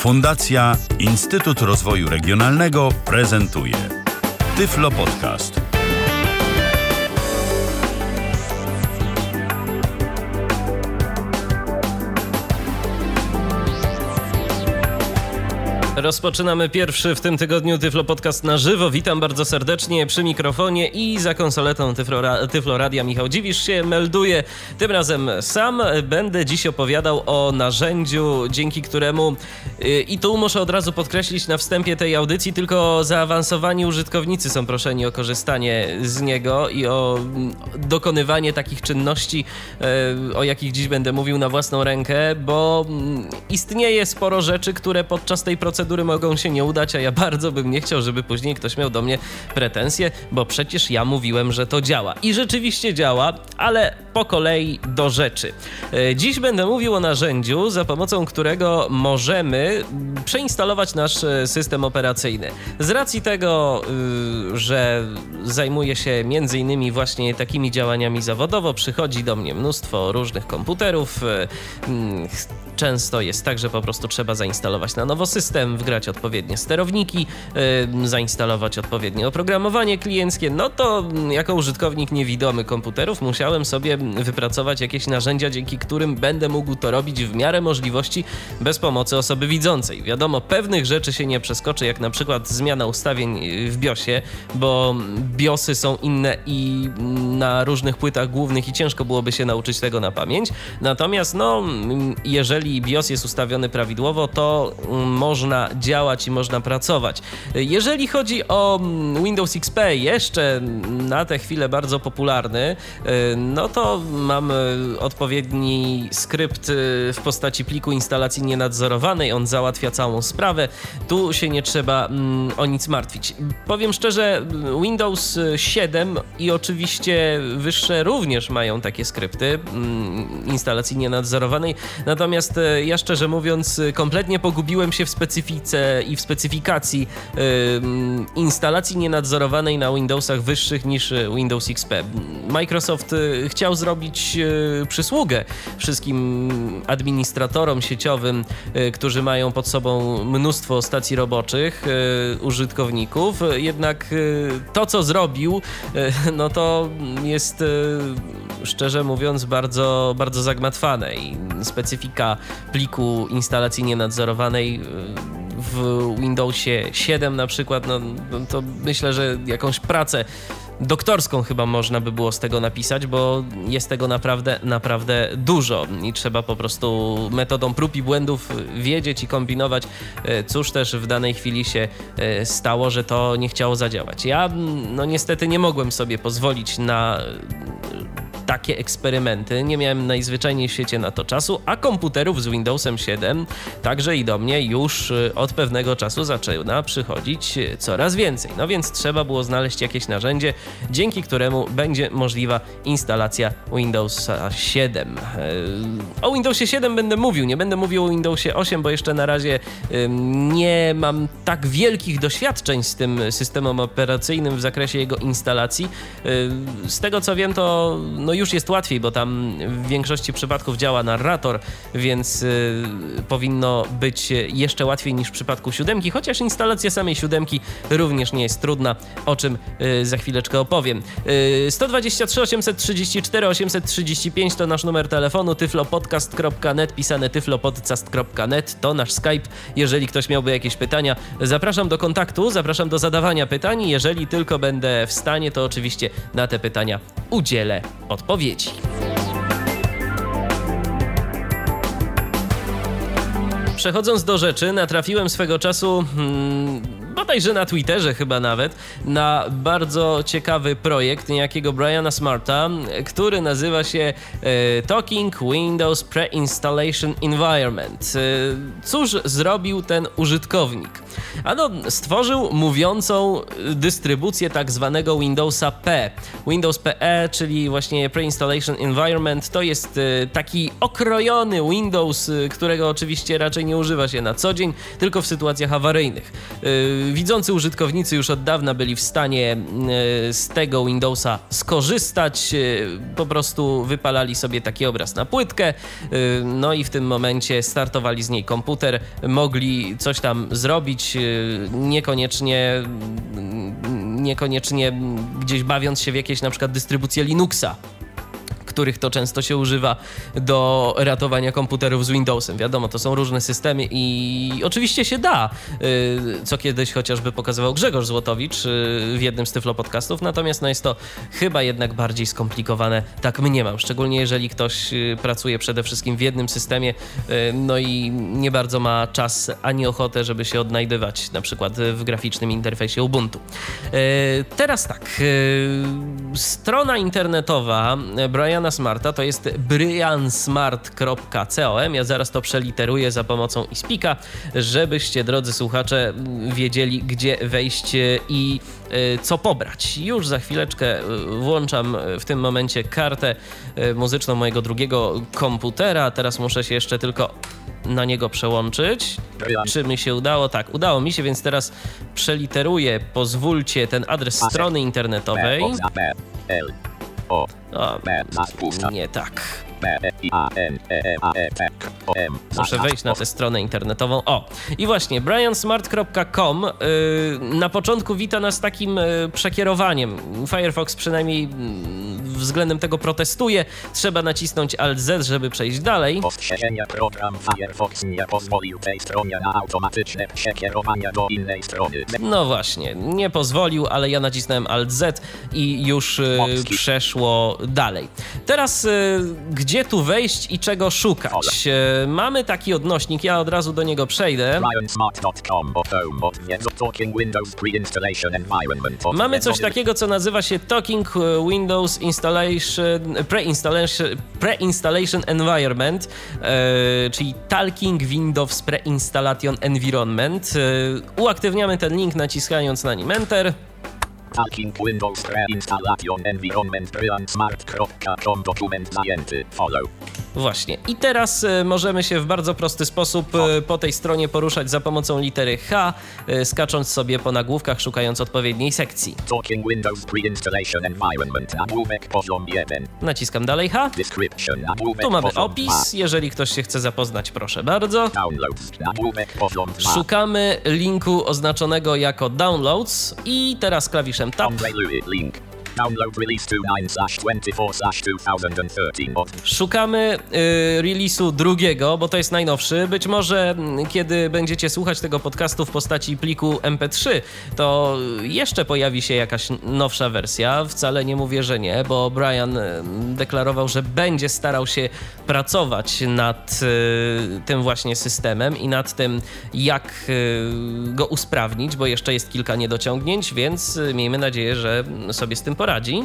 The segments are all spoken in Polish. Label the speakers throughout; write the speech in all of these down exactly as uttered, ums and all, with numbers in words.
Speaker 1: Fundacja Instytut Rozwoju Regionalnego prezentuje Tyflo Podcast.
Speaker 2: Rozpoczynamy pierwszy w tym tygodniu Tyflo Podcast na żywo. Witam bardzo serdecznie przy mikrofonie i za konsoletą Tyflo, Tyflo Radia Michał Dziwisz się melduje. Tym razem sam będę dziś opowiadał o narzędziu, dzięki któremu, i tu muszę od razu podkreślić na wstępie tej audycji, tylko zaawansowani użytkownicy są proszeni o korzystanie z niego i o dokonywanie takich czynności, o jakich dziś będę mówił na własną rękę, bo istnieje sporo rzeczy, które podczas tej procedury mogą się nie udać, a ja bardzo bym nie chciał, żeby później ktoś miał do mnie pretensje, bo przecież ja mówiłem, że to działa. I rzeczywiście działa, ale po kolei do rzeczy. Dziś będę mówił o narzędziu, za pomocą którego możemy przeinstalować nasz system operacyjny. Z racji tego, że zajmuję się między innymi właśnie takimi działaniami zawodowo, przychodzi do mnie mnóstwo różnych komputerów. Często jest tak, że po prostu trzeba zainstalować na nowo system, wgrać odpowiednie sterowniki, yy, zainstalować odpowiednie oprogramowanie klienckie. No to jako użytkownik niewidomy komputerów musiałem sobie wypracować jakieś narzędzia, dzięki którym będę mógł to robić w miarę możliwości bez pomocy osoby widzącej. Wiadomo, pewnych rzeczy się nie przeskoczy, jak na przykład zmiana ustawień w BIOSie, bo BIOSy są inne i na różnych płytach głównych i ciężko byłoby się nauczyć tego na pamięć. Natomiast no, jeżeli BIOS jest ustawiony prawidłowo, to można działać i można pracować. Jeżeli chodzi o Windows X P, jeszcze na tę chwilę bardzo popularny, no to mam odpowiedni skrypt w postaci pliku instalacji nienadzorowanej. On załatwia całą sprawę. Tu się nie trzeba o nic martwić. Powiem szczerze, Windows siedem i oczywiście wyższe również mają takie skrypty instalacji nienadzorowanej. Natomiast ja szczerze mówiąc kompletnie pogubiłem się w specyfice i w specyfikacji yy, instalacji nienadzorowanej na Windowsach wyższych niż Windows X P. Microsoft yy, chciał zrobić yy, przysługę wszystkim administratorom sieciowym, yy, którzy mają pod sobą mnóstwo stacji roboczych, yy, użytkowników, jednak yy, to, co zrobił, yy, no to jest yy, szczerze mówiąc bardzo, bardzo zagmatwane i specyfika pliku instalacji nienadzorowanej w Windowsie siedem na przykład, no to myślę, że jakąś pracę doktorską chyba można by było z tego napisać, bo jest tego naprawdę, naprawdę dużo i trzeba po prostu metodą prób i błędów wiedzieć i kombinować, cóż też w danej chwili się stało, że to nie chciało zadziałać. Ja no niestety nie mogłem sobie pozwolić na takie eksperymenty, nie miałem najzwyczajniej w świecie na to czasu, a komputerów z Windowsem siedem także i do mnie już od pewnego czasu zaczyna przychodzić coraz więcej. No więc trzeba było znaleźć jakieś narzędzie, dzięki któremu będzie możliwa instalacja Windowsa siedem. O Windowsie siedem będę mówił, nie będę mówił o Windowsie osiem, bo jeszcze na razie nie mam tak wielkich doświadczeń z tym systemem operacyjnym w zakresie jego instalacji. Z tego co wiem, to no już jest łatwiej, bo tam w większości przypadków działa narrator, więc y, powinno być jeszcze łatwiej niż w przypadku siódemki, chociaż instalacja samej siódemki również nie jest trudna, o czym y, za chwileczkę opowiem. Y, sto dwadzieścia trzy osiemset trzydzieści cztery osiemset trzydzieści pięć to nasz numer telefonu, tyflopodcast kropka net, pisane tyflopodcast kropka net to nasz Skype. Jeżeli ktoś miałby jakieś pytania, zapraszam do kontaktu, zapraszam do zadawania pytań. Jeżeli tylko będę w stanie, to oczywiście na te pytania udzielę odpowiedzi. Przechodząc do rzeczy, natrafiłem swego czasu, hmm, bodajże na Twitterze chyba nawet, na bardzo ciekawy projekt niejakiego Briana Smarta, który nazywa się e, Talking Windows Pre-Installation Environment. E, cóż zrobił ten użytkownik? Ano, stworzył mówiącą dystrybucję tak zwanego Windowsa P. Windows P E, czyli właśnie Pre-Installation Environment, to jest e, taki okrojony Windows, którego oczywiście raczej nie używa się na co dzień, tylko w sytuacjach awaryjnych. E, widzący użytkownicy już od dawna byli w stanie z tego Windowsa skorzystać. Po prostu wypalali sobie taki obraz na płytkę, no i w tym momencie startowali z niej komputer, mogli coś tam zrobić, niekoniecznie, niekoniecznie gdzieś bawiąc się w jakieś na przykład dystrybucje Linuxa, których to często się używa do ratowania komputerów z Windowsem. Wiadomo, to są różne systemy i oczywiście się da, co kiedyś chociażby pokazywał Grzegorz Złotowicz w jednym z Tyflo Podcastów, natomiast no jest to chyba jednak bardziej skomplikowane, tak mniemam, szczególnie jeżeli ktoś pracuje przede wszystkim w jednym systemie, no i nie bardzo ma czas ani ochotę, żeby się odnajdywać na przykład w graficznym interfejsie Ubuntu. Teraz tak, strona internetowa Briana Smarta to jest brian smart kropka com. Ja zaraz to przeliteruję za pomocą iSpeaka, żebyście, drodzy słuchacze, wiedzieli, gdzie wejść i co pobrać. Już za chwileczkę włączam w tym momencie kartę muzyczną mojego drugiego komputera. Teraz muszę się jeszcze tylko na niego przełączyć. Czy mi się udało? Tak, udało mi się, więc teraz przeliteruję, pozwólcie, ten adres strony internetowej. O, nie tak. Muszę wejść na tę stronę internetową. O, i właśnie brian smart kropka com yy, na początku wita nas takim yy, przekierowaniem. Firefox przynajmniej yy, względem tego protestuje. Trzeba nacisnąć alt Z, żeby przejść dalej.
Speaker 3: Postrzeżenia, program Firefox nie pozwolił tej stronie na automatyczne przekierowania do innej strony.
Speaker 2: No właśnie, nie pozwolił, ale ja nacisnąłem alt Z i już yy, przeszło dalej. Teraz yy, gdzie tu wejść i czego szukać? Yy, mamy taki odnośnik, ja od razu do niego przejdę. Mamy coś takiego, co nazywa się Talking Windows Installation Pre-Installation, Pre-Installation Environment, yy, czyli Talking Windows Pre-Installation Environment. Yy, uaktywniamy ten link naciskając na nim Enter.
Speaker 3: Talking Windows Pre-Installation Environment brian smart kropka com, dokument zajęty, follow.
Speaker 2: Właśnie. I teraz y, możemy się w bardzo prosty sposób y, po tej stronie poruszać za pomocą litery H, y, skacząc sobie po nagłówkach, szukając odpowiedniej sekcji.
Speaker 3: Talking Windows Pre-Installation Environment, nagłówek poziom jeden.
Speaker 2: Naciskam dalej H.
Speaker 3: Description, nagłówek
Speaker 2: tu mamy
Speaker 3: poziom
Speaker 2: opis.
Speaker 3: dwa.
Speaker 2: Jeżeli ktoś się chce zapoznać, proszę bardzo.
Speaker 3: Downloads, nagłówek poziom dwa.
Speaker 2: Szukamy linku oznaczonego jako Downloads i teraz klawiszem Tab.
Speaker 3: Link. Download release twenty-nine slash twenty-four slash twenty thirteen.
Speaker 2: Szukamy y, release'u drugiego, bo to jest najnowszy. Być może y, kiedy będziecie słuchać tego podcastu w postaci pliku em pe trzy, to jeszcze pojawi się jakaś nowsza wersja. Wcale nie mówię, że nie, bo Brian y, deklarował, że będzie starał się pracować nad y, tym właśnie systemem i nad tym, jak y, go usprawnić, bo jeszcze jest kilka niedociągnięć, więc y, miejmy nadzieję, że sobie z tym poradzi. Radzi.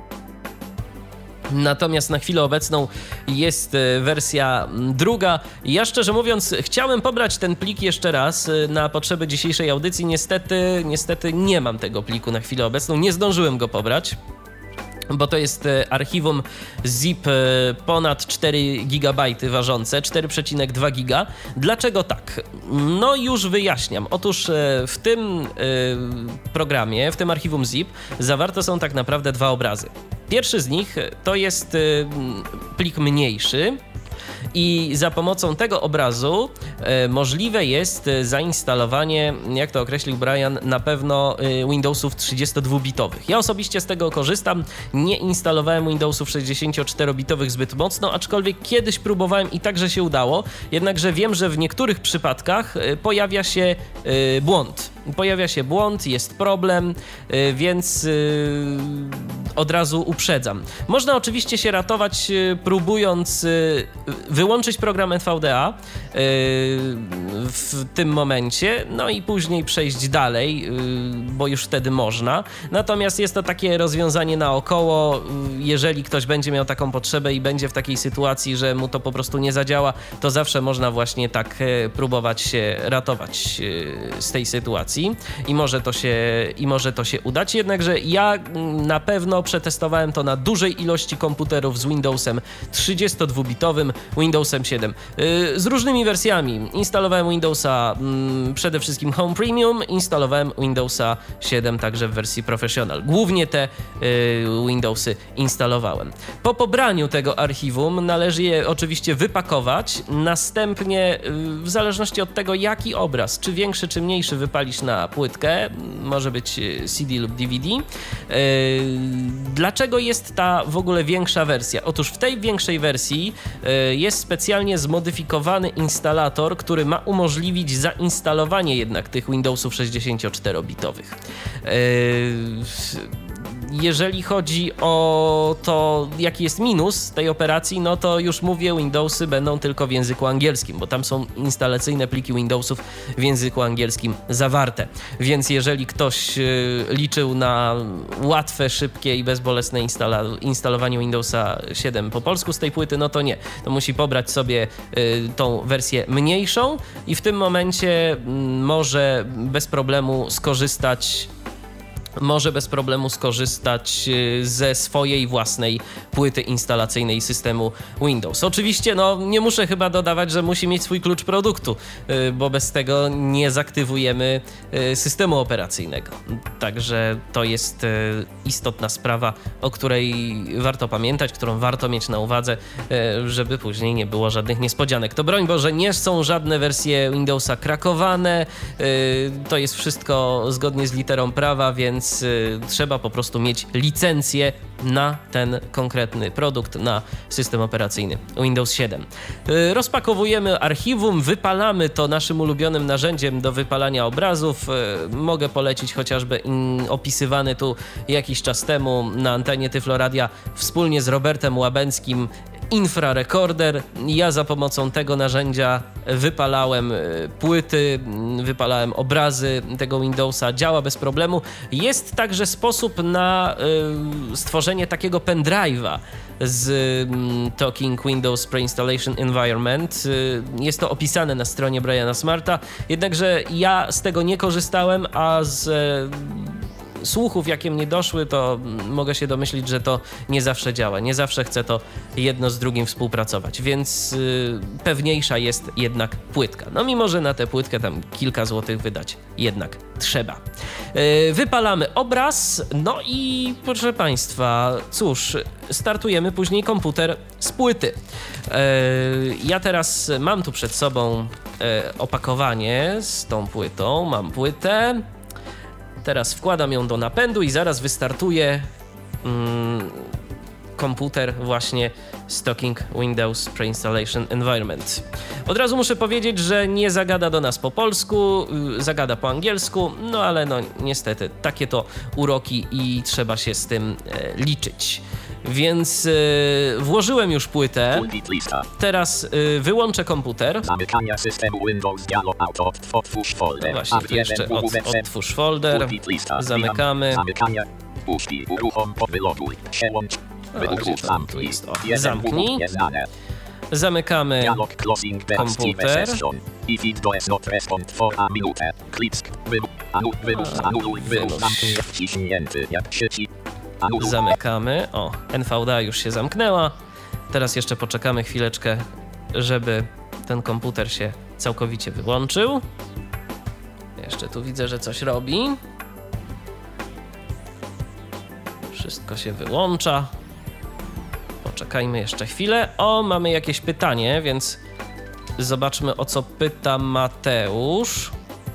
Speaker 2: Natomiast na chwilę obecną jest wersja druga. Ja szczerze mówiąc chciałem pobrać ten plik jeszcze raz na potrzeby dzisiejszej audycji. Niestety, niestety nie mam tego pliku na chwilę obecną. Nie zdążyłem go pobrać, bo to jest archiwum zip ponad cztery gigabajty ważące, cztery przecinek dwa giga. Dlaczego tak? No już wyjaśniam. Otóż w tym programie, w tym archiwum zip zawarte są tak naprawdę dwa obrazy. Pierwszy z nich to jest plik mniejszy i za pomocą tego obrazu e, możliwe jest zainstalowanie, jak to określił Brian, na pewno e, Windowsów trzydziestodwubitowych. Ja osobiście z tego korzystam, nie instalowałem Windowsów sześćdziesięcioczterobitowych zbyt mocno, aczkolwiek kiedyś próbowałem i także się udało, jednakże wiem, że w niektórych przypadkach e, pojawia się e, błąd. Pojawia się błąd, jest problem, e, więc e, od razu uprzedzam. Można oczywiście się ratować e, próbując e, wyłączyć program N V D A yy, w tym momencie, no i później przejść dalej, yy, bo już wtedy można. Natomiast jest to takie rozwiązanie naokoło. Jeżeli ktoś będzie miał taką potrzebę i będzie w takiej sytuacji, że mu to po prostu nie zadziała, to zawsze można właśnie tak yy, próbować się ratować yy, z tej sytuacji i może to się, i może to się udać. Jednakże ja na pewno przetestowałem to na dużej ilości komputerów z Windowsem trzydziestodwubitowym, Windowsem siedem. Z różnymi wersjami. Instalowałem Windowsa mm, przede wszystkim Home Premium, instalowałem Windowsa siedem także w wersji Professional. Głównie te y, Windowsy instalowałem. Po pobraniu tego archiwum należy je oczywiście wypakować, następnie y, w zależności od tego, jaki obraz, czy większy, czy mniejszy wypalisz na płytkę, może być C D lub D V D. Yy, dlaczego jest ta w ogóle większa wersja? Otóż w tej większej wersji yy, jest specjalnie zmodyfikowany instalator, który ma umożliwić zainstalowanie jednak tych Windowsów sześćdziesięcioczterobitowych. Yy, Jeżeli chodzi o to, jaki jest minus tej operacji, no to już mówię, Windowsy będą tylko w języku angielskim, bo tam są instalacyjne pliki Windowsów w języku angielskim zawarte. Więc jeżeli ktoś liczył na łatwe, szybkie i bezbolesne instala- instalowanie Windowsa siedem po polsku z tej płyty, no to nie. To musi pobrać sobie tą wersję mniejszą i w tym momencie może bez problemu skorzystać może bez problemu skorzystać ze swojej własnej płyty instalacyjnej systemu Windows. Oczywiście no, nie muszę chyba dodawać, że musi mieć swój klucz produktu, bo bez tego nie zaktywujemy systemu operacyjnego. Także to jest istotna sprawa, o której warto pamiętać, którą warto mieć na uwadze, żeby później nie było żadnych niespodzianek. To broń Boże, nie są żadne wersje Windowsa krakowane, to jest wszystko zgodnie z literą prawa, więc trzeba po prostu mieć licencję na ten konkretny produkt, na system operacyjny Windows siedem. Rozpakowujemy archiwum, wypalamy to naszym ulubionym narzędziem do wypalania obrazów. Mogę polecić chociażby opisywany tu jakiś czas temu na antenie Tyfloradia wspólnie z Robertem Łabęckim infrarekorder. Ja za pomocą tego narzędzia wypalałem płyty, wypalałem obrazy tego Windowsa, działa bez problemu. Jest także sposób na y, stworzenie takiego pendrive'a z y, Talking Windows Pre-Installation Environment. Y, jest to opisane na stronie Briana Smarta, jednakże ja z tego nie korzystałem, a z y, słuchów, jakie mnie doszły, to mogę się domyślić, że to nie zawsze działa. Nie zawsze chce to jedno z drugim współpracować, więc yy, pewniejsza jest jednak płytka. No mimo, że na tę płytkę tam kilka złotych wydać jednak trzeba. Yy, wypalamy obraz, no i proszę Państwa, cóż, startujemy później komputer z płyty. Yy, ja teraz mam tu przed sobą yy, opakowanie z tą płytą, mam płytę. Teraz wkładam ją do napędu i zaraz wystartuje mm, komputer właśnie z Talking Windows Pre-Installation Environment. Od razu muszę powiedzieć, że nie zagada do nas po polsku, zagada po angielsku, no ale no niestety takie to uroki i trzeba się z tym e, liczyć. Więc y, włożyłem już płytę. Teraz y, wyłączę komputer.
Speaker 3: Zamykania systemu Windows dialog auto. Otwórz folder.
Speaker 2: No właśnie, tu jeszcze od, otwórz folder. Zamykamy.
Speaker 3: Zamykania. Puści. Uruchom. Wyloguj. Przełącz.
Speaker 2: Wybuch. Zamknij. Zamknij. Zamykamy komputer. Zamykamy. O, N V D A już się zamknęła. Teraz jeszcze poczekamy chwileczkę, żeby ten komputer się całkowicie wyłączył. Jeszcze tu widzę, że coś robi. Wszystko się wyłącza. Poczekajmy jeszcze chwilę. O, mamy jakieś pytanie, więc zobaczmy, o co pyta Mateusz.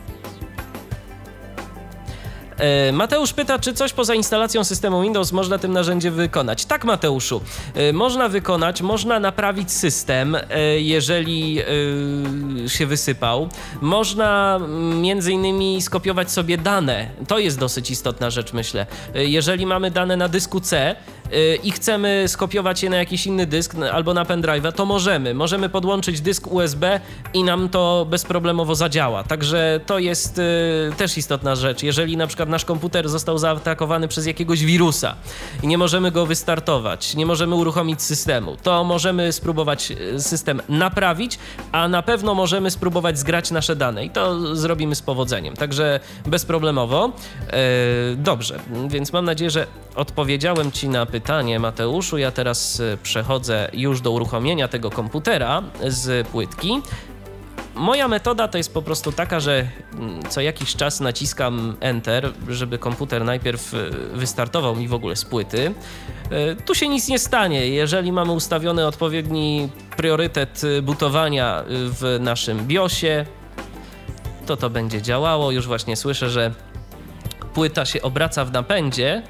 Speaker 2: Mateusz pyta, czy coś poza instalacją systemu Windows można tym narzędziem wykonać. Tak, Mateuszu, można wykonać, można naprawić system, jeżeli się wysypał. Można między innymi skopiować sobie dane. To jest dosyć istotna rzecz, myślę. Jeżeli mamy dane na dysku C i chcemy skopiować je na jakiś inny dysk albo na pendrive'a, to możemy. Możemy podłączyć dysk U S B i nam to bezproblemowo zadziała. Także to jest też istotna rzecz. Jeżeli na przykład nasz komputer został zaatakowany przez jakiegoś wirusa i nie możemy go wystartować, nie możemy uruchomić systemu, to możemy spróbować system naprawić, a na pewno możemy spróbować zgrać nasze dane i to zrobimy z powodzeniem. Także bezproblemowo. Dobrze, więc mam nadzieję, że odpowiedziałem Ci na pytanie, Mateuszu. Ja teraz przechodzę już do uruchomienia tego komputera z płytki. Moja metoda to jest po prostu taka, że co jakiś czas naciskam Enter, żeby komputer najpierw wystartował mi w ogóle z płyty. Tu się nic nie stanie, jeżeli mamy ustawiony odpowiedni priorytet bootowania w naszym BIOSie, to to będzie działało. Już właśnie słyszę, że płyta się obraca w napędzie.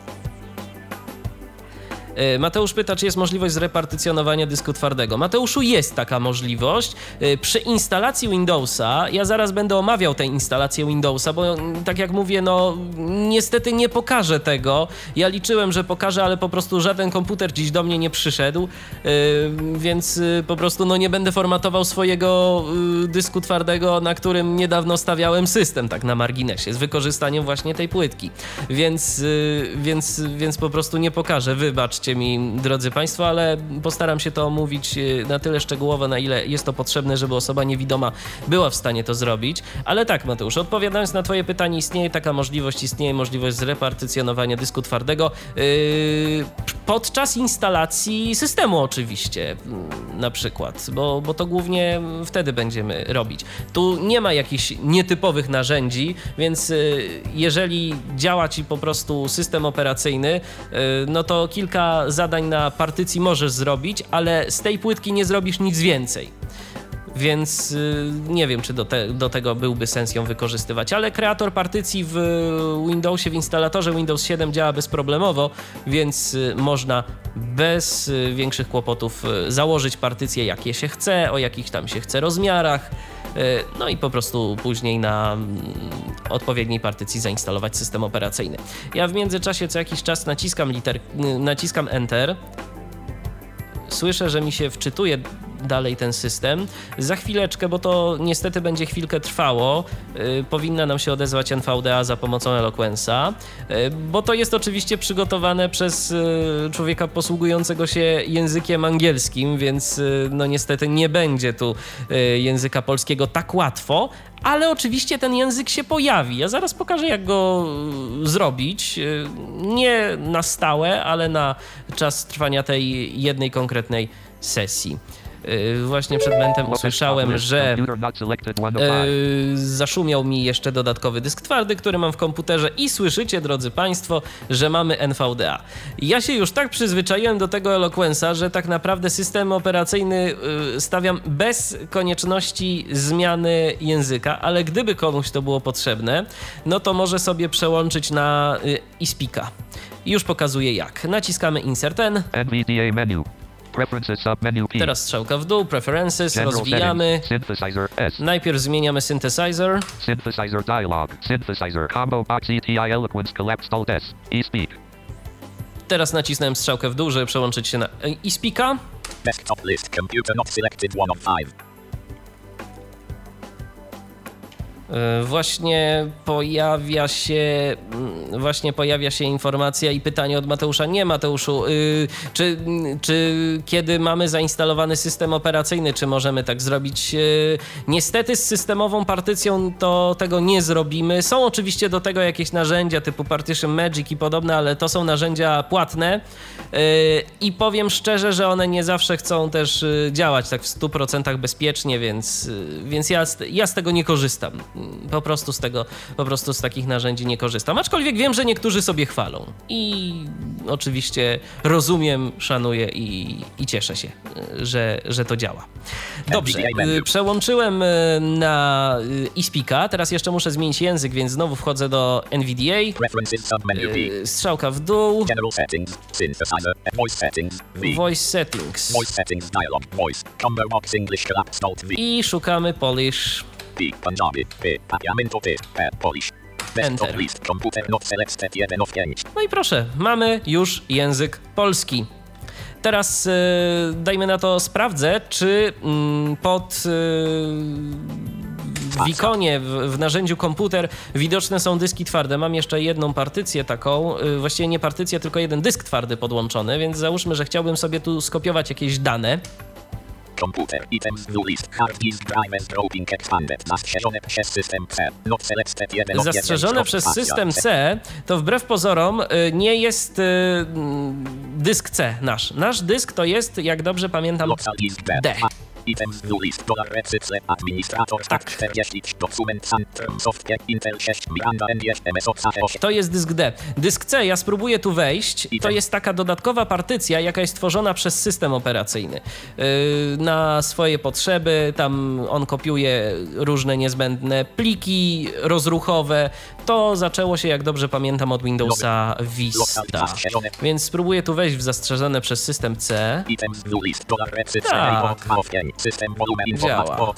Speaker 2: Mateusz pyta, czy jest możliwość zrepartycjonowania dysku twardego. Mateuszu, jest taka możliwość. Przy instalacji Windowsa, ja zaraz będę omawiał tę instalację Windowsa, bo tak jak mówię, no niestety nie pokażę tego. Ja liczyłem, że pokażę, ale po prostu żaden komputer dziś do mnie nie przyszedł, więc po prostu no nie będę formatował swojego dysku twardego, na którym niedawno stawiałem system, tak na marginesie, z wykorzystaniem właśnie tej płytki. Więc, więc, więc po prostu nie pokażę, wybacz mi, drodzy Państwo, ale postaram się to omówić na tyle szczegółowo, na ile jest to potrzebne, żeby osoba niewidoma była w stanie to zrobić. Ale tak, Mateusz, odpowiadając na Twoje pytanie, istnieje taka możliwość, istnieje możliwość zrepartycjonowania dysku twardego yy, podczas instalacji systemu oczywiście, na przykład, bo, bo to głównie wtedy będziemy robić. Tu nie ma jakichś nietypowych narzędzi, więc yy, jeżeli działa Ci po prostu system operacyjny, yy, no to kilka zadań na partycji możesz zrobić, ale z tej płytki nie zrobisz nic więcej. Więc yy, nie wiem, czy do, te, do tego byłby sens ją wykorzystywać, ale kreator partycji w Windowsie, w instalatorze Windows siedem działa bezproblemowo, więc yy, można bez yy, większych kłopotów yy, założyć partycje, jakie się chce, o jakich tam się chce rozmiarach, yy, no i po prostu później na yy, odpowiedniej partycji zainstalować system operacyjny. Ja w międzyczasie co jakiś czas naciskam, liter, yy, naciskam Enter. Słyszę, że mi się wczytuje dalej ten system. Za chwileczkę, bo to niestety będzie chwilkę trwało, yy, powinna nam się odezwać N V D A za pomocą Eloquence'a, yy, bo to jest oczywiście przygotowane przez yy, człowieka posługującego się językiem angielskim, więc yy, no niestety nie będzie tu yy, języka polskiego tak łatwo, ale oczywiście ten język się pojawi. Ja zaraz pokażę, jak go zrobić. Nie na stałe, ale na czas trwania tej jednej konkretnej sesji. Właśnie przed momentem usłyszałem, że yy, zaszumiał mi jeszcze dodatkowy dysk twardy, który mam w komputerze i słyszycie, drodzy Państwo, że mamy N V D A. Ja się już tak przyzwyczaiłem do tego Eloquence'a, że tak naprawdę system operacyjny yy, stawiam bez konieczności zmiany języka, ale gdyby komuś to było potrzebne, no to może sobie przełączyć na yy, iSpeaka. I już pokazuję jak. Naciskamy Insert N.
Speaker 4: N V D A menu. Preferences submenu P.
Speaker 2: Teraz strzałka w dół, Preferences,
Speaker 4: General
Speaker 2: rozwijamy.
Speaker 4: settings, Synthesizer S.
Speaker 2: Najpierw zmieniamy Synthesizer.
Speaker 4: Synthesizer dialog. Synthesizer combo box E T I Eloquence collapsed alt S. eSpeak.
Speaker 2: Teraz nacisnąłem strzałkę w dół, żeby przełączyć się na iSpeaka.
Speaker 3: Desktop list computer not selected one of five.
Speaker 2: Właśnie pojawia się właśnie pojawia się informacja i pytanie od Mateusza. Nie, Mateuszu, yy, czy, czy kiedy mamy zainstalowany system operacyjny, czy możemy tak zrobić? Yy, niestety z systemową partycją to tego nie zrobimy. Są oczywiście do tego jakieś narzędzia typu Partition Magic i podobne, ale to są narzędzia płatne yy, i powiem szczerze, że one nie zawsze chcą też działać tak w stu procentach bezpiecznie, więc, yy, więc ja, ja z tego nie korzystam. Po prostu z tego, po prostu z takich narzędzi nie korzystam. Aczkolwiek wiem, że niektórzy sobie chwalą. I oczywiście rozumiem, szanuję i, i cieszę się, że, że to działa. Dobrze, przełączyłem na iSpeaka. Teraz jeszcze muszę zmienić język, więc znowu wchodzę do N V D A. Strzałka w dół.
Speaker 3: General settings, synthesizer, voice settings, V.
Speaker 2: Voice settings.
Speaker 3: Voice settings dialog, voice, combo box English collapsed alt V.
Speaker 2: I szukamy Polish.
Speaker 3: P, Punjabi, P, Papiamento P, P, Polish. Desktop
Speaker 2: Enter.
Speaker 3: list, computer not selected jeden of pięć.
Speaker 2: No i proszę, mamy już język polski. Teraz yy, dajmy na to sprawdzę, czy yy, pod yy, w ikonie, w, w narzędziu komputer widoczne są dyski twarde. Mam jeszcze jedną partycję taką, yy, właściwie nie partycję, tylko jeden dysk twardy podłączony, więc załóżmy, że chciałbym sobie tu skopiować jakieś dane.
Speaker 3: komputer. Items view list. Hard disk drive dropping expanded. Zastrzeżone przez system C. Not selected jeden of
Speaker 2: Zastrzeżone przez system C to wbrew pozorom y, nie jest y, dysk C nasz. Nasz dysk to jest, jak dobrze pamiętam,
Speaker 3: Local disk D.
Speaker 2: D.
Speaker 3: Items view list. Dolar recycle. Administrator.
Speaker 2: Tak.
Speaker 3: czterdzieści. Dokument Centrum Software. Intel sześć. Miranda N D M S osiem.
Speaker 2: To jest dysk D. Dysk C, ja spróbuję tu wejść. To jest taka dodatkowa partycja, jaka jest tworzona przez system operacyjny. Yy, na swoje potrzeby, tam on kopiuje różne niezbędne pliki rozruchowe. To zaczęło się, jak dobrze pamiętam, od Windowsa Vista. Więc spróbuję tu wejść w zastrzeżone przez system C.
Speaker 3: Items view list. Dolar recycle.
Speaker 2: Tak.
Speaker 3: System volume
Speaker 2: Działa.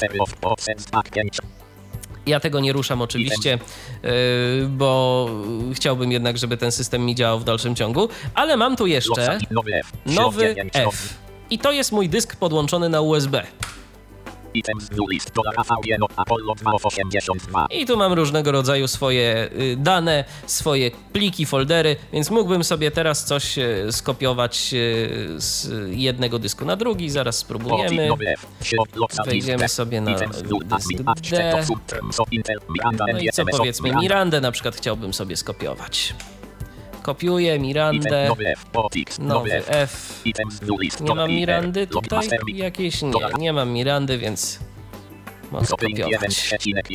Speaker 2: Ja tego nie ruszam oczywiście, yy, bo chciałbym jednak, żeby ten system mi działał w dalszym ciągu, ale mam tu jeszcze nowy F i to jest mój dysk podłączony na U S B. I tu mam różnego rodzaju swoje y, dane, swoje pliki, foldery, więc mógłbym sobie teraz coś y, skopiować y, z jednego dysku na drugi. Zaraz spróbujemy. Wejdziemy sobie na dysk D. No i co powiedzmy, Mirandę na przykład chciałbym sobie skopiować. Kopiuję Mirandę, nowy F. Nie mam Mirandy tutaj? Jakieś? Nie, nie mam Mirandy, więc mogę kopiować.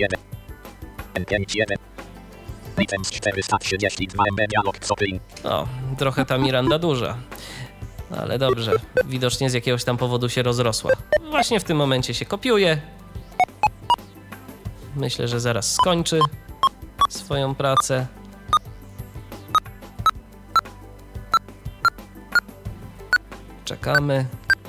Speaker 2: O, trochę ta Miranda duża. Ale dobrze, widocznie z jakiegoś tam powodu się rozrosła. Właśnie w tym momencie się kopiuje. Myślę, że zaraz skończy swoją pracę. Czekamy.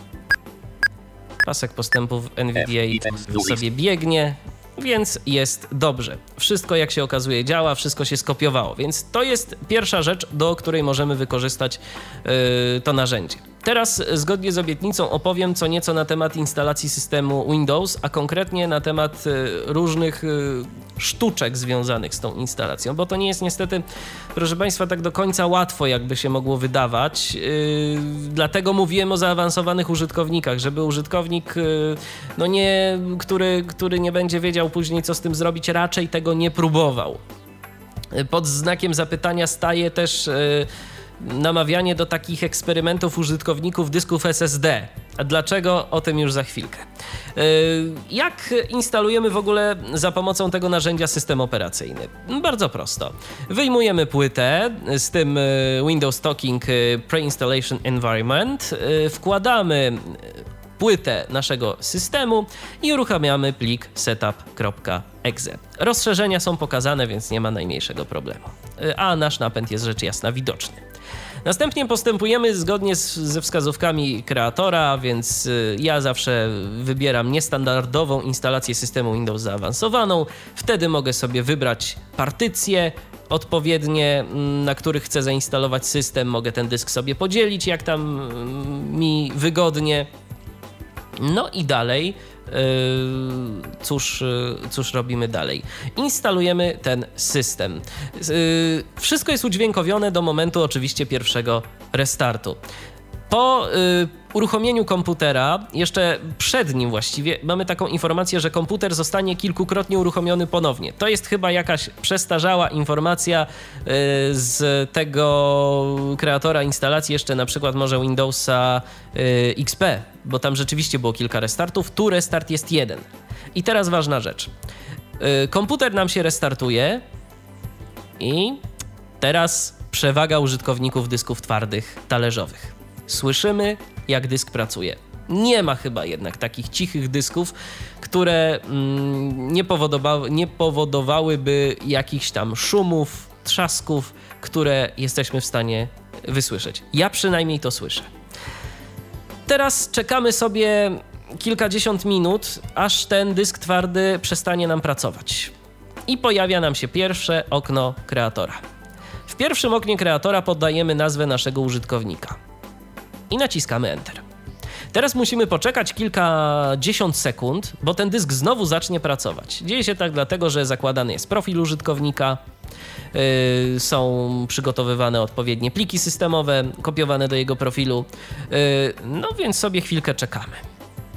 Speaker 2: Pasek postępu w N V D A sobie biegnie, więc jest dobrze. Wszystko, jak się okazuje, działa, wszystko się skopiowało, więc to jest pierwsza rzecz, do której możemy wykorzystać yy, to narzędzie. Teraz zgodnie z obietnicą opowiem co nieco na temat instalacji systemu Windows, a konkretnie na temat różnych sztuczek związanych z tą instalacją, bo to nie jest niestety, proszę Państwa, tak do końca łatwo, jakby się mogło wydawać. Yy, dlatego mówiłem o zaawansowanych użytkownikach, żeby użytkownik, yy, no nie, który, który nie będzie wiedział później, co z tym zrobić, raczej tego nie próbował. Pod znakiem zapytania staje też yy, namawianie do takich eksperymentów użytkowników dysków S S D. A dlaczego? O tym już za chwilkę. Jak instalujemy w ogóle za pomocą tego narzędzia system operacyjny? Bardzo prosto. Wyjmujemy płytę z tym Windows Talking Pre-Installation Environment, wkładamy płytę naszego systemu i uruchamiamy plik setup.exe. Rozszerzenia są pokazane, więc nie ma najmniejszego problemu. A nasz napęd jest rzecz jasna widoczny. Następnie postępujemy zgodnie z, ze wskazówkami kreatora, więc ja zawsze wybieram niestandardową instalację systemu Windows zaawansowaną. Wtedy mogę sobie wybrać partycje odpowiednie, na których chcę zainstalować system. Mogę ten dysk sobie podzielić, jak tam mi wygodnie. No i dalej, yy, cóż, cóż robimy dalej? Instalujemy ten system. Yy, wszystko jest udźwiękowione do momentu oczywiście pierwszego restartu. Po yy, uruchomieniu komputera, jeszcze przed nim właściwie, mamy taką informację, że komputer zostanie kilkukrotnie uruchomiony ponownie. To jest chyba jakaś przestarzała informacja yy, z tego kreatora instalacji, jeszcze na przykład może Windowsa yy, X P, bo tam rzeczywiście było kilka restartów, tu restart jest jeden. I teraz ważna rzecz. Yy, komputer nam się restartuje i teraz przewaga użytkowników dysków twardych talerzowych. Słyszymy, jak dysk pracuje. Nie ma chyba jednak takich cichych dysków, które mm, nie, powodowały, nie powodowałyby jakichś tam szumów, trzasków, które jesteśmy w stanie wysłyszeć. Ja przynajmniej to słyszę. Teraz czekamy sobie kilkadziesiąt minut, aż ten dysk twardy przestanie nam pracować. I pojawia nam się pierwsze okno kreatora. W pierwszym oknie kreatora podajemy nazwę naszego użytkownika. I naciskamy Enter. Teraz musimy poczekać kilkadziesiąt sekund, bo ten dysk znowu zacznie pracować. Dzieje się tak dlatego, że zakładany jest profil użytkownika, yy, są przygotowywane odpowiednie pliki systemowe, kopiowane do jego profilu. Yy, no więc sobie chwilkę czekamy.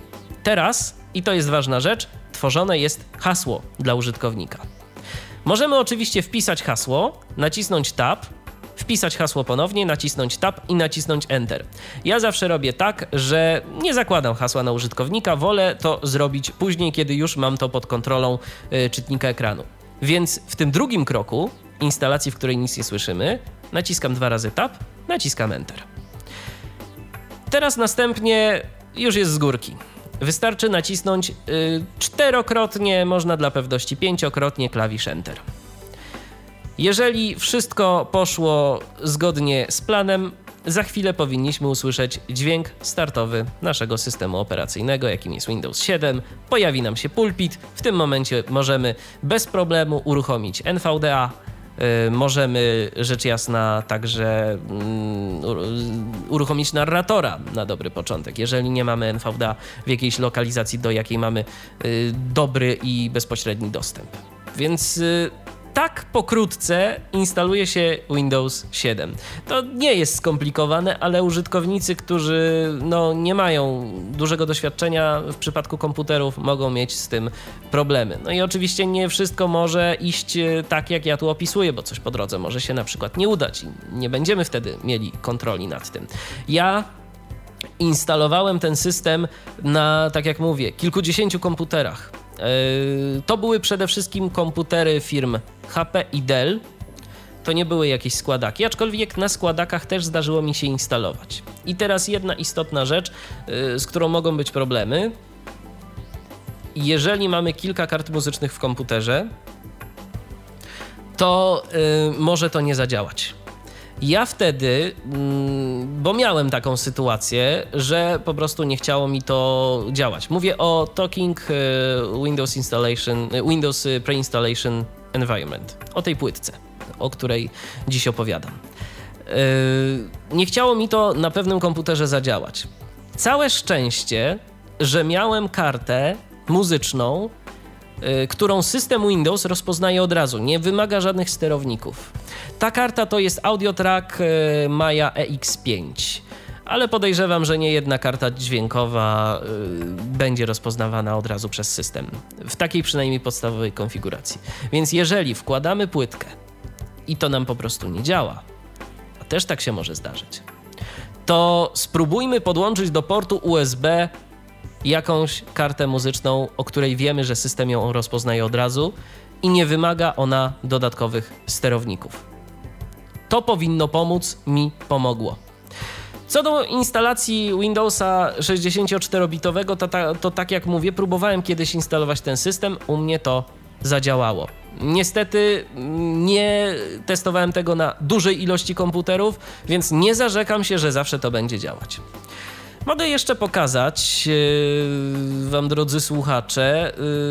Speaker 2: Teraz, i to jest ważna rzecz, tworzone jest hasło dla użytkownika. Możemy oczywiście wpisać hasło, nacisnąć Tab, wpisać hasło ponownie, nacisnąć Tab i nacisnąć Enter. Ja zawsze robię tak, że nie zakładam hasła na użytkownika, wolę to zrobić później, kiedy już mam to pod kontrolą y, czytnika ekranu. Więc w tym drugim kroku instalacji, w której nic nie słyszymy, naciskam dwa razy Tab, naciskam Enter. Teraz następnie już jest z górki. Wystarczy nacisnąć y, czterokrotnie, można dla pewności pięciokrotnie klawisz Enter. Jeżeli wszystko poszło zgodnie z planem, za chwilę powinniśmy usłyszeć dźwięk startowy naszego systemu operacyjnego, jakim jest Windows siedem. Pojawi nam się pulpit. W tym momencie możemy bez problemu uruchomić N V D A. Yy, możemy rzecz jasna także yy, uruchomić narratora na dobry początek, jeżeli nie mamy N V D A w jakiejś lokalizacji, do jakiej mamy yy, dobry i bezpośredni dostęp. Więc yy, tak pokrótce instaluje się Windows siedem. To nie jest skomplikowane, ale użytkownicy, którzy no, nie mają dużego doświadczenia w przypadku komputerów, mogą mieć z tym problemy. No i oczywiście nie wszystko może iść tak, jak ja tu opisuję, bo coś po drodze może się na przykład nie udać i nie będziemy wtedy mieli kontroli nad tym. Ja instalowałem ten system na, tak jak mówię, kilkudziesięciu komputerach. To były przede wszystkim komputery firm H P i Dell. To nie były jakieś składaki, aczkolwiek na składakach też zdarzyło mi się instalować. I teraz jedna istotna rzecz, z którą mogą być problemy. Jeżeli mamy kilka kart muzycznych w komputerze, to yy, może to nie zadziałać. Ja wtedy, bo miałem taką sytuację, że po prostu nie chciało mi to działać. Mówię o Talking Windows Installation, Windows Pre-Installation Environment, o tej płytce, o której dziś opowiadam. Nie chciało mi to na pewnym komputerze zadziałać. Całe szczęście, że miałem kartę muzyczną, którą system Windows rozpoznaje od razu, nie wymaga żadnych sterowników. Ta karta to jest AudioTrack Maya E X pięć, ale podejrzewam, że nie jedna karta dźwiękowa będzie rozpoznawana od razu przez system, w takiej przynajmniej podstawowej konfiguracji. Więc jeżeli wkładamy płytkę i to nam po prostu nie działa, a też tak się może zdarzyć, to spróbujmy podłączyć do portu U S B jakąś kartę muzyczną, o której wiemy, że system ją rozpoznaje od razu i nie wymaga ona dodatkowych sterowników. To powinno pomóc, mi pomogło. Co do instalacji Windowsa sześćdziesięcioczterobitowego, to, ta, to tak jak mówię, próbowałem kiedyś instalować ten system, u mnie to zadziałało. Niestety nie testowałem tego na dużej ilości komputerów, więc nie zarzekam się, że zawsze to będzie działać. Mogę jeszcze pokazać yy, wam, drodzy słuchacze,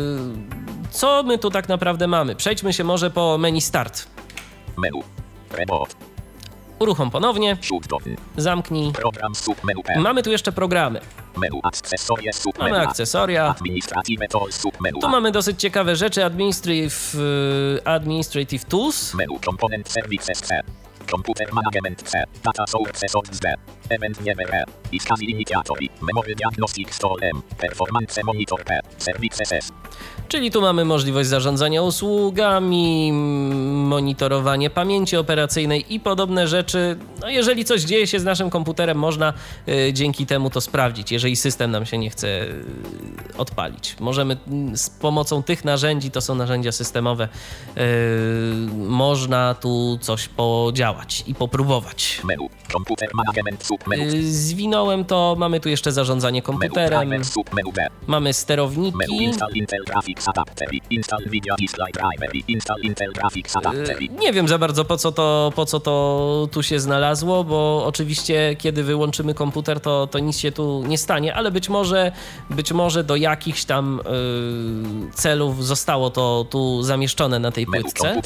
Speaker 2: yy, co my tu tak naprawdę mamy. Przejdźmy się może po menu Start.
Speaker 3: Menu. Remote.
Speaker 2: Uruchom ponownie. Zamknij.
Speaker 3: Program submenu P.
Speaker 2: Mamy tu jeszcze programy.
Speaker 3: Menu akcesoria submenu.
Speaker 2: Mamy akcesoria.
Speaker 3: Administrative tools submenu.
Speaker 2: Tu mamy dosyć ciekawe rzeczy. Administrative, administrative Tools.
Speaker 3: Menu Component Services C. Computer Management C. Data Sources D. Event Viewer Iskaz Initiatory. Memory Diagnostics to M. Performance Monitor P. Services S.
Speaker 2: Czyli tu mamy możliwość zarządzania usługami, monitorowanie pamięci operacyjnej i podobne rzeczy. No jeżeli coś dzieje się z naszym komputerem, można y, dzięki temu to sprawdzić, jeżeli system nam się nie chce y, odpalić. Możemy y, z pomocą tych narzędzi, to są narzędzia systemowe, y, można tu coś podziałać i popróbować.
Speaker 3: Menu. Computer Management submenu.
Speaker 2: Y, zwinąłem to, mamy tu jeszcze zarządzanie komputerem,
Speaker 3: Menu submenu B.
Speaker 2: mamy sterowniki.
Speaker 3: Menu Install Intel Graphics Adapter. Install Video Display Driver. Install Intel Graphics Adapter.
Speaker 2: Nie wiem za bardzo po co to, po co to tu się znalazło, bo oczywiście kiedy wyłączymy komputer, to, to nic się tu nie stanie, ale być może, być może do jakichś tam yy, celów zostało to tu zamieszczone na tej płytce.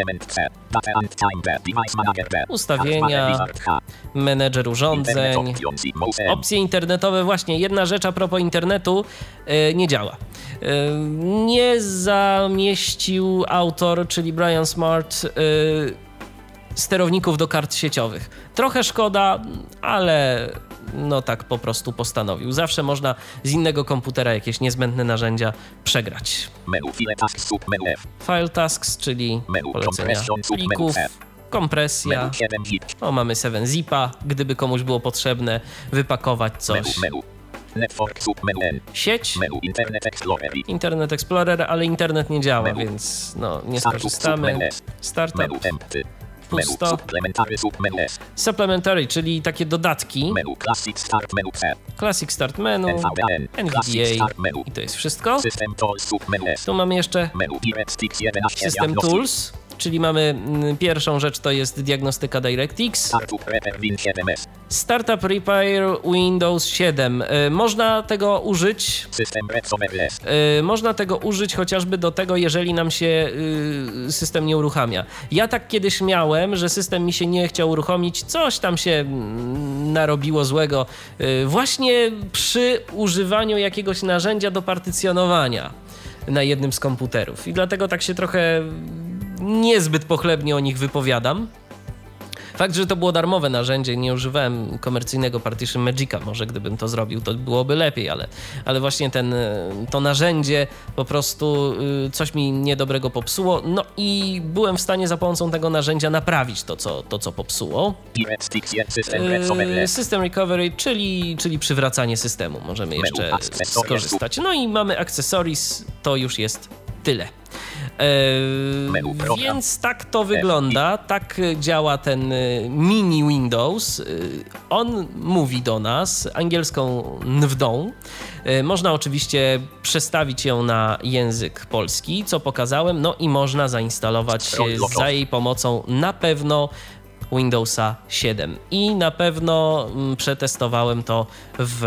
Speaker 2: Ustawienia, menedżer urządzeń, opcje internetowe. Właśnie jedna rzecz a propos internetu yy, nie działa. Yy, nie zamieścił autor, czyli Brian Smart, yy, sterowników do kart sieciowych. Trochę szkoda, ale no tak po prostu postanowił. Zawsze można z innego komputera jakieś niezbędne narzędzia przegrać.
Speaker 3: Menu File Tasks Submenu F.
Speaker 2: File Tasks, czyli
Speaker 3: Menu
Speaker 2: polecenia
Speaker 3: Compression Submenu
Speaker 2: plików,
Speaker 3: C.
Speaker 2: kompresja.
Speaker 3: Menu siedem zip.
Speaker 2: O, mamy siedem zipa, gdyby komuś było potrzebne wypakować
Speaker 3: Menu
Speaker 2: coś.
Speaker 3: menu. Network Submenu N.
Speaker 2: Sieć,
Speaker 3: Menu Internet Explorer.
Speaker 2: Internet Explorer, ale internet nie działa,
Speaker 3: Menu.
Speaker 2: więc no nie
Speaker 3: Startup
Speaker 2: skorzystamy.
Speaker 3: Submenu S.
Speaker 2: Startup,
Speaker 3: Menu Empty. Menu
Speaker 2: pusto.
Speaker 3: Supplementary Submenu S.
Speaker 2: Supplementary, czyli takie dodatki.
Speaker 3: Menu Classic Start Menu C.
Speaker 2: Classic Start Menu,
Speaker 3: N V D N.
Speaker 2: N V
Speaker 3: Classic
Speaker 2: D A
Speaker 3: Start Menu.
Speaker 2: i to jest wszystko.
Speaker 3: System Tools Submenu S.
Speaker 2: Tu mamy jeszcze
Speaker 3: Menu DirectX jedenaście
Speaker 2: System
Speaker 3: Diagnostic.
Speaker 2: Tools, czyli mamy mm, pierwszą rzecz to jest diagnostyka DirectX.
Speaker 3: Startup Repair Win siedem S.
Speaker 2: Startup Repair Windows siedem. Y, można tego użyć.
Speaker 3: System Reps Overless.
Speaker 2: Y, można tego użyć chociażby do tego, jeżeli nam się y, system nie uruchamia. Ja tak kiedyś miałem, że system mi się nie chciał uruchomić, coś tam się mm, narobiło złego y, właśnie przy używaniu jakiegoś narzędzia do partycjonowania na jednym z komputerów. I dlatego tak się trochę niezbyt pochlebnie o nich wypowiadam. Fakt, że to było darmowe narzędzie, nie używałem komercyjnego Partition Magica, może gdybym to zrobił, to byłoby lepiej, ale, ale właśnie ten, to narzędzie po prostu coś mi niedobrego popsuło, no i byłem w stanie za pomocą tego narzędzia naprawić to, co, to, co popsuło.
Speaker 3: DirectX System Reps
Speaker 2: Yy,
Speaker 3: Overless.
Speaker 2: System Recovery, czyli, czyli przywracanie systemu, możemy jeszcze
Speaker 3: Menu Accessories.
Speaker 2: skorzystać. No i mamy Accessories, to już jest tyle.
Speaker 3: Menu
Speaker 2: Eee,
Speaker 3: program.
Speaker 2: więc tak to wygląda, tak działa ten y, mini Windows. Y, on mówi do nas angielską nwdą. Y, można oczywiście przestawić ją na język polski, co pokazałem, no i można zainstalować y, za jej pomocą na pewno Windowsa siedem i na pewno mm, przetestowałem to w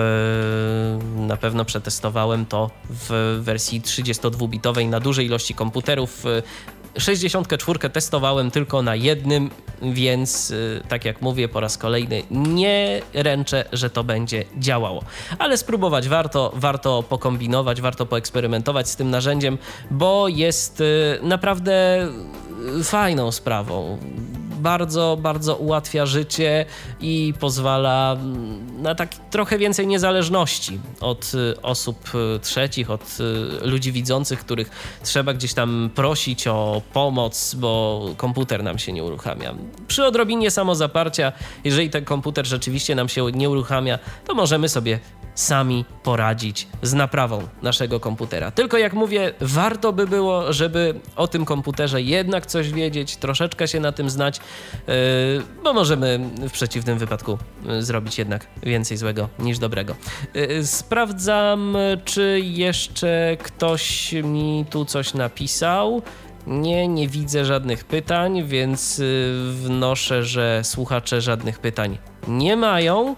Speaker 2: na pewno przetestowałem to w wersji trzydziestodwubitowej na dużej ilości komputerów. sześćdziesiątkę cztery testowałem tylko na jednym, więc tak jak mówię po raz kolejny, nie ręczę, że to będzie działało. Ale spróbować warto, warto pokombinować, warto poeksperymentować z tym narzędziem, bo jest naprawdę fajną sprawą. Bardzo, bardzo ułatwia życie i pozwala na tak trochę więcej niezależności od osób trzecich, od ludzi widzących, których trzeba gdzieś tam prosić o pomoc, bo komputer nam się nie uruchamia. Przy odrobinie samozaparcia, jeżeli ten komputer rzeczywiście nam się nie uruchamia, to możemy sobie sami poradzić z naprawą naszego komputera. Tylko jak mówię, warto by było, żeby o tym komputerze jednak coś wiedzieć, troszeczkę się na tym znać, yy, bo możemy w przeciwnym wypadku zrobić jednak więcej złego niż dobrego. Yy, sprawdzam, czy jeszcze ktoś mi tu coś napisał. Nie, nie widzę żadnych pytań, więc wnoszę, że słuchacze żadnych pytań nie mają.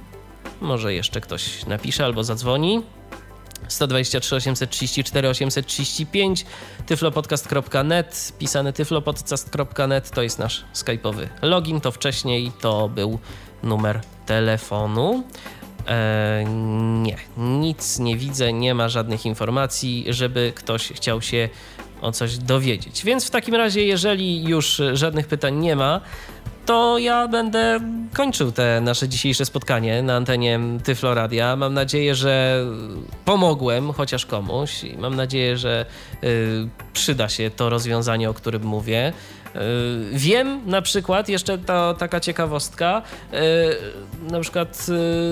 Speaker 2: Może jeszcze ktoś napisze albo zadzwoni. sto dwadzieścia trzy osiemset trzydzieści cztery osiemset trzydzieści pięć tyflopodcast kropka net, pisane tyflopodcast kropka net to jest nasz skype'owy login, to wcześniej to był numer telefonu. Eee, nie, nic nie widzę, nie ma żadnych informacji, żeby ktoś chciał się o coś dowiedzieć. Więc w takim razie, jeżeli już żadnych pytań nie ma, to ja będę kończył te nasze dzisiejsze spotkanie na antenie Tyflo Radia. Mam nadzieję, że pomogłem chociaż komuś i mam nadzieję, że y, przyda się to rozwiązanie, o którym mówię. Y, wiem na przykład, jeszcze ta taka ciekawostka, y, na przykład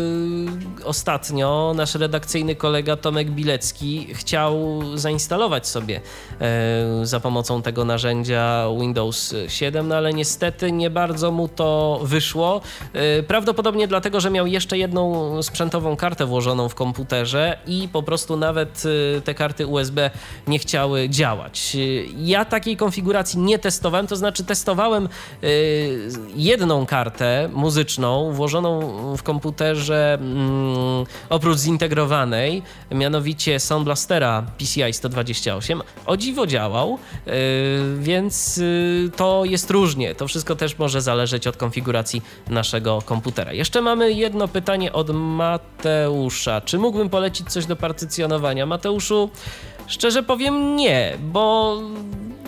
Speaker 2: y, ostatnio nasz redakcyjny kolega Tomek Bilecki chciał zainstalować sobie y, za pomocą tego narzędzia Windows siedem, no ale niestety nie bardzo mu to wyszło. Y, prawdopodobnie dlatego, że miał jeszcze jedną sprzętową kartę włożoną w komputerze i po prostu nawet y, te karty U S B nie chciały działać. Y, ja takiej konfiguracji nie testowałem, to znaczy testowałem y, jedną kartę muzyczną włożoną w komputerze mm, oprócz zintegrowanej, mianowicie Sound Blastera P C I sto dwadzieścia osiem. O dziwo działał, y, więc y, to jest różnie. To wszystko też może zależeć od konfiguracji naszego komputera. Jeszcze mamy jedno pytanie od Mateusza. Czy mógłbym polecić coś do partycjonowania? Mateuszu, szczerze powiem nie, bo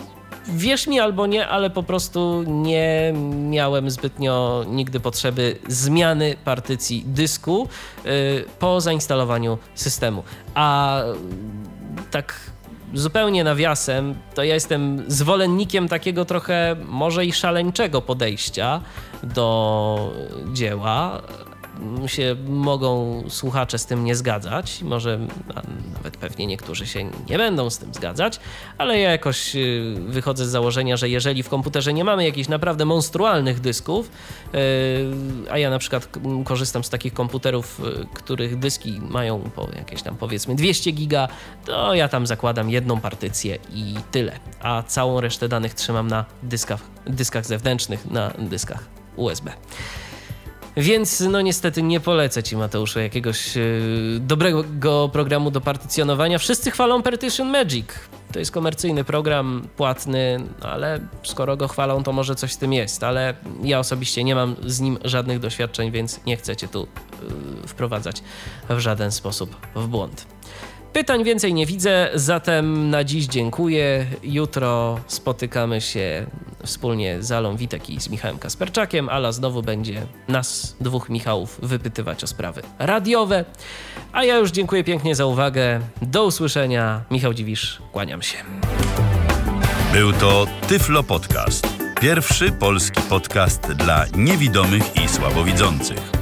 Speaker 2: wierz mi albo nie, ale po prostu nie miałem zbytnio nigdy potrzeby zmiany partycji dysku y, po zainstalowaniu systemu. A tak zupełnie nawiasem, to ja jestem zwolennikiem takiego trochę może i szaleńczego podejścia do dzieła. Się mogą słuchacze z tym nie zgadzać, może nawet pewnie niektórzy się nie będą z tym zgadzać, ale ja jakoś wychodzę z założenia, że jeżeli w komputerze nie mamy jakichś naprawdę monstrualnych dysków, a ja na przykład korzystam z takich komputerów, których dyski mają po jakieś tam powiedzmy dwieście giga, to ja tam zakładam jedną partycję i tyle, a całą resztę danych trzymam na dyskach, dyskach zewnętrznych, na dyskach U S B. Więc no niestety nie polecę ci, Mateuszu, jakiegoś yy, dobrego programu do partycjonowania. Wszyscy chwalą Partition Magic. To jest komercyjny program, płatny, ale skoro go chwalą, to może coś z tym jest. Ale ja osobiście nie mam z nim żadnych doświadczeń, więc nie chcę cię tu yy, wprowadzać w żaden sposób w błąd. Pytań więcej nie widzę, zatem na dziś dziękuję. Jutro spotykamy się wspólnie z Alą Witek i z Michałem Kasperczakiem. Ala znowu będzie nas, dwóch Michałów, wypytywać o sprawy radiowe. A ja już dziękuję pięknie za uwagę. Do usłyszenia. Michał Dziwisz, kłaniam się.
Speaker 1: Był to Tyflo Podcast. Pierwszy polski podcast dla niewidomych i słabowidzących.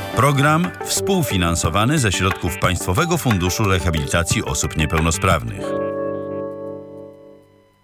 Speaker 1: Program współfinansowany ze środków Państwowego Funduszu Rehabilitacji Osób Niepełnosprawnych.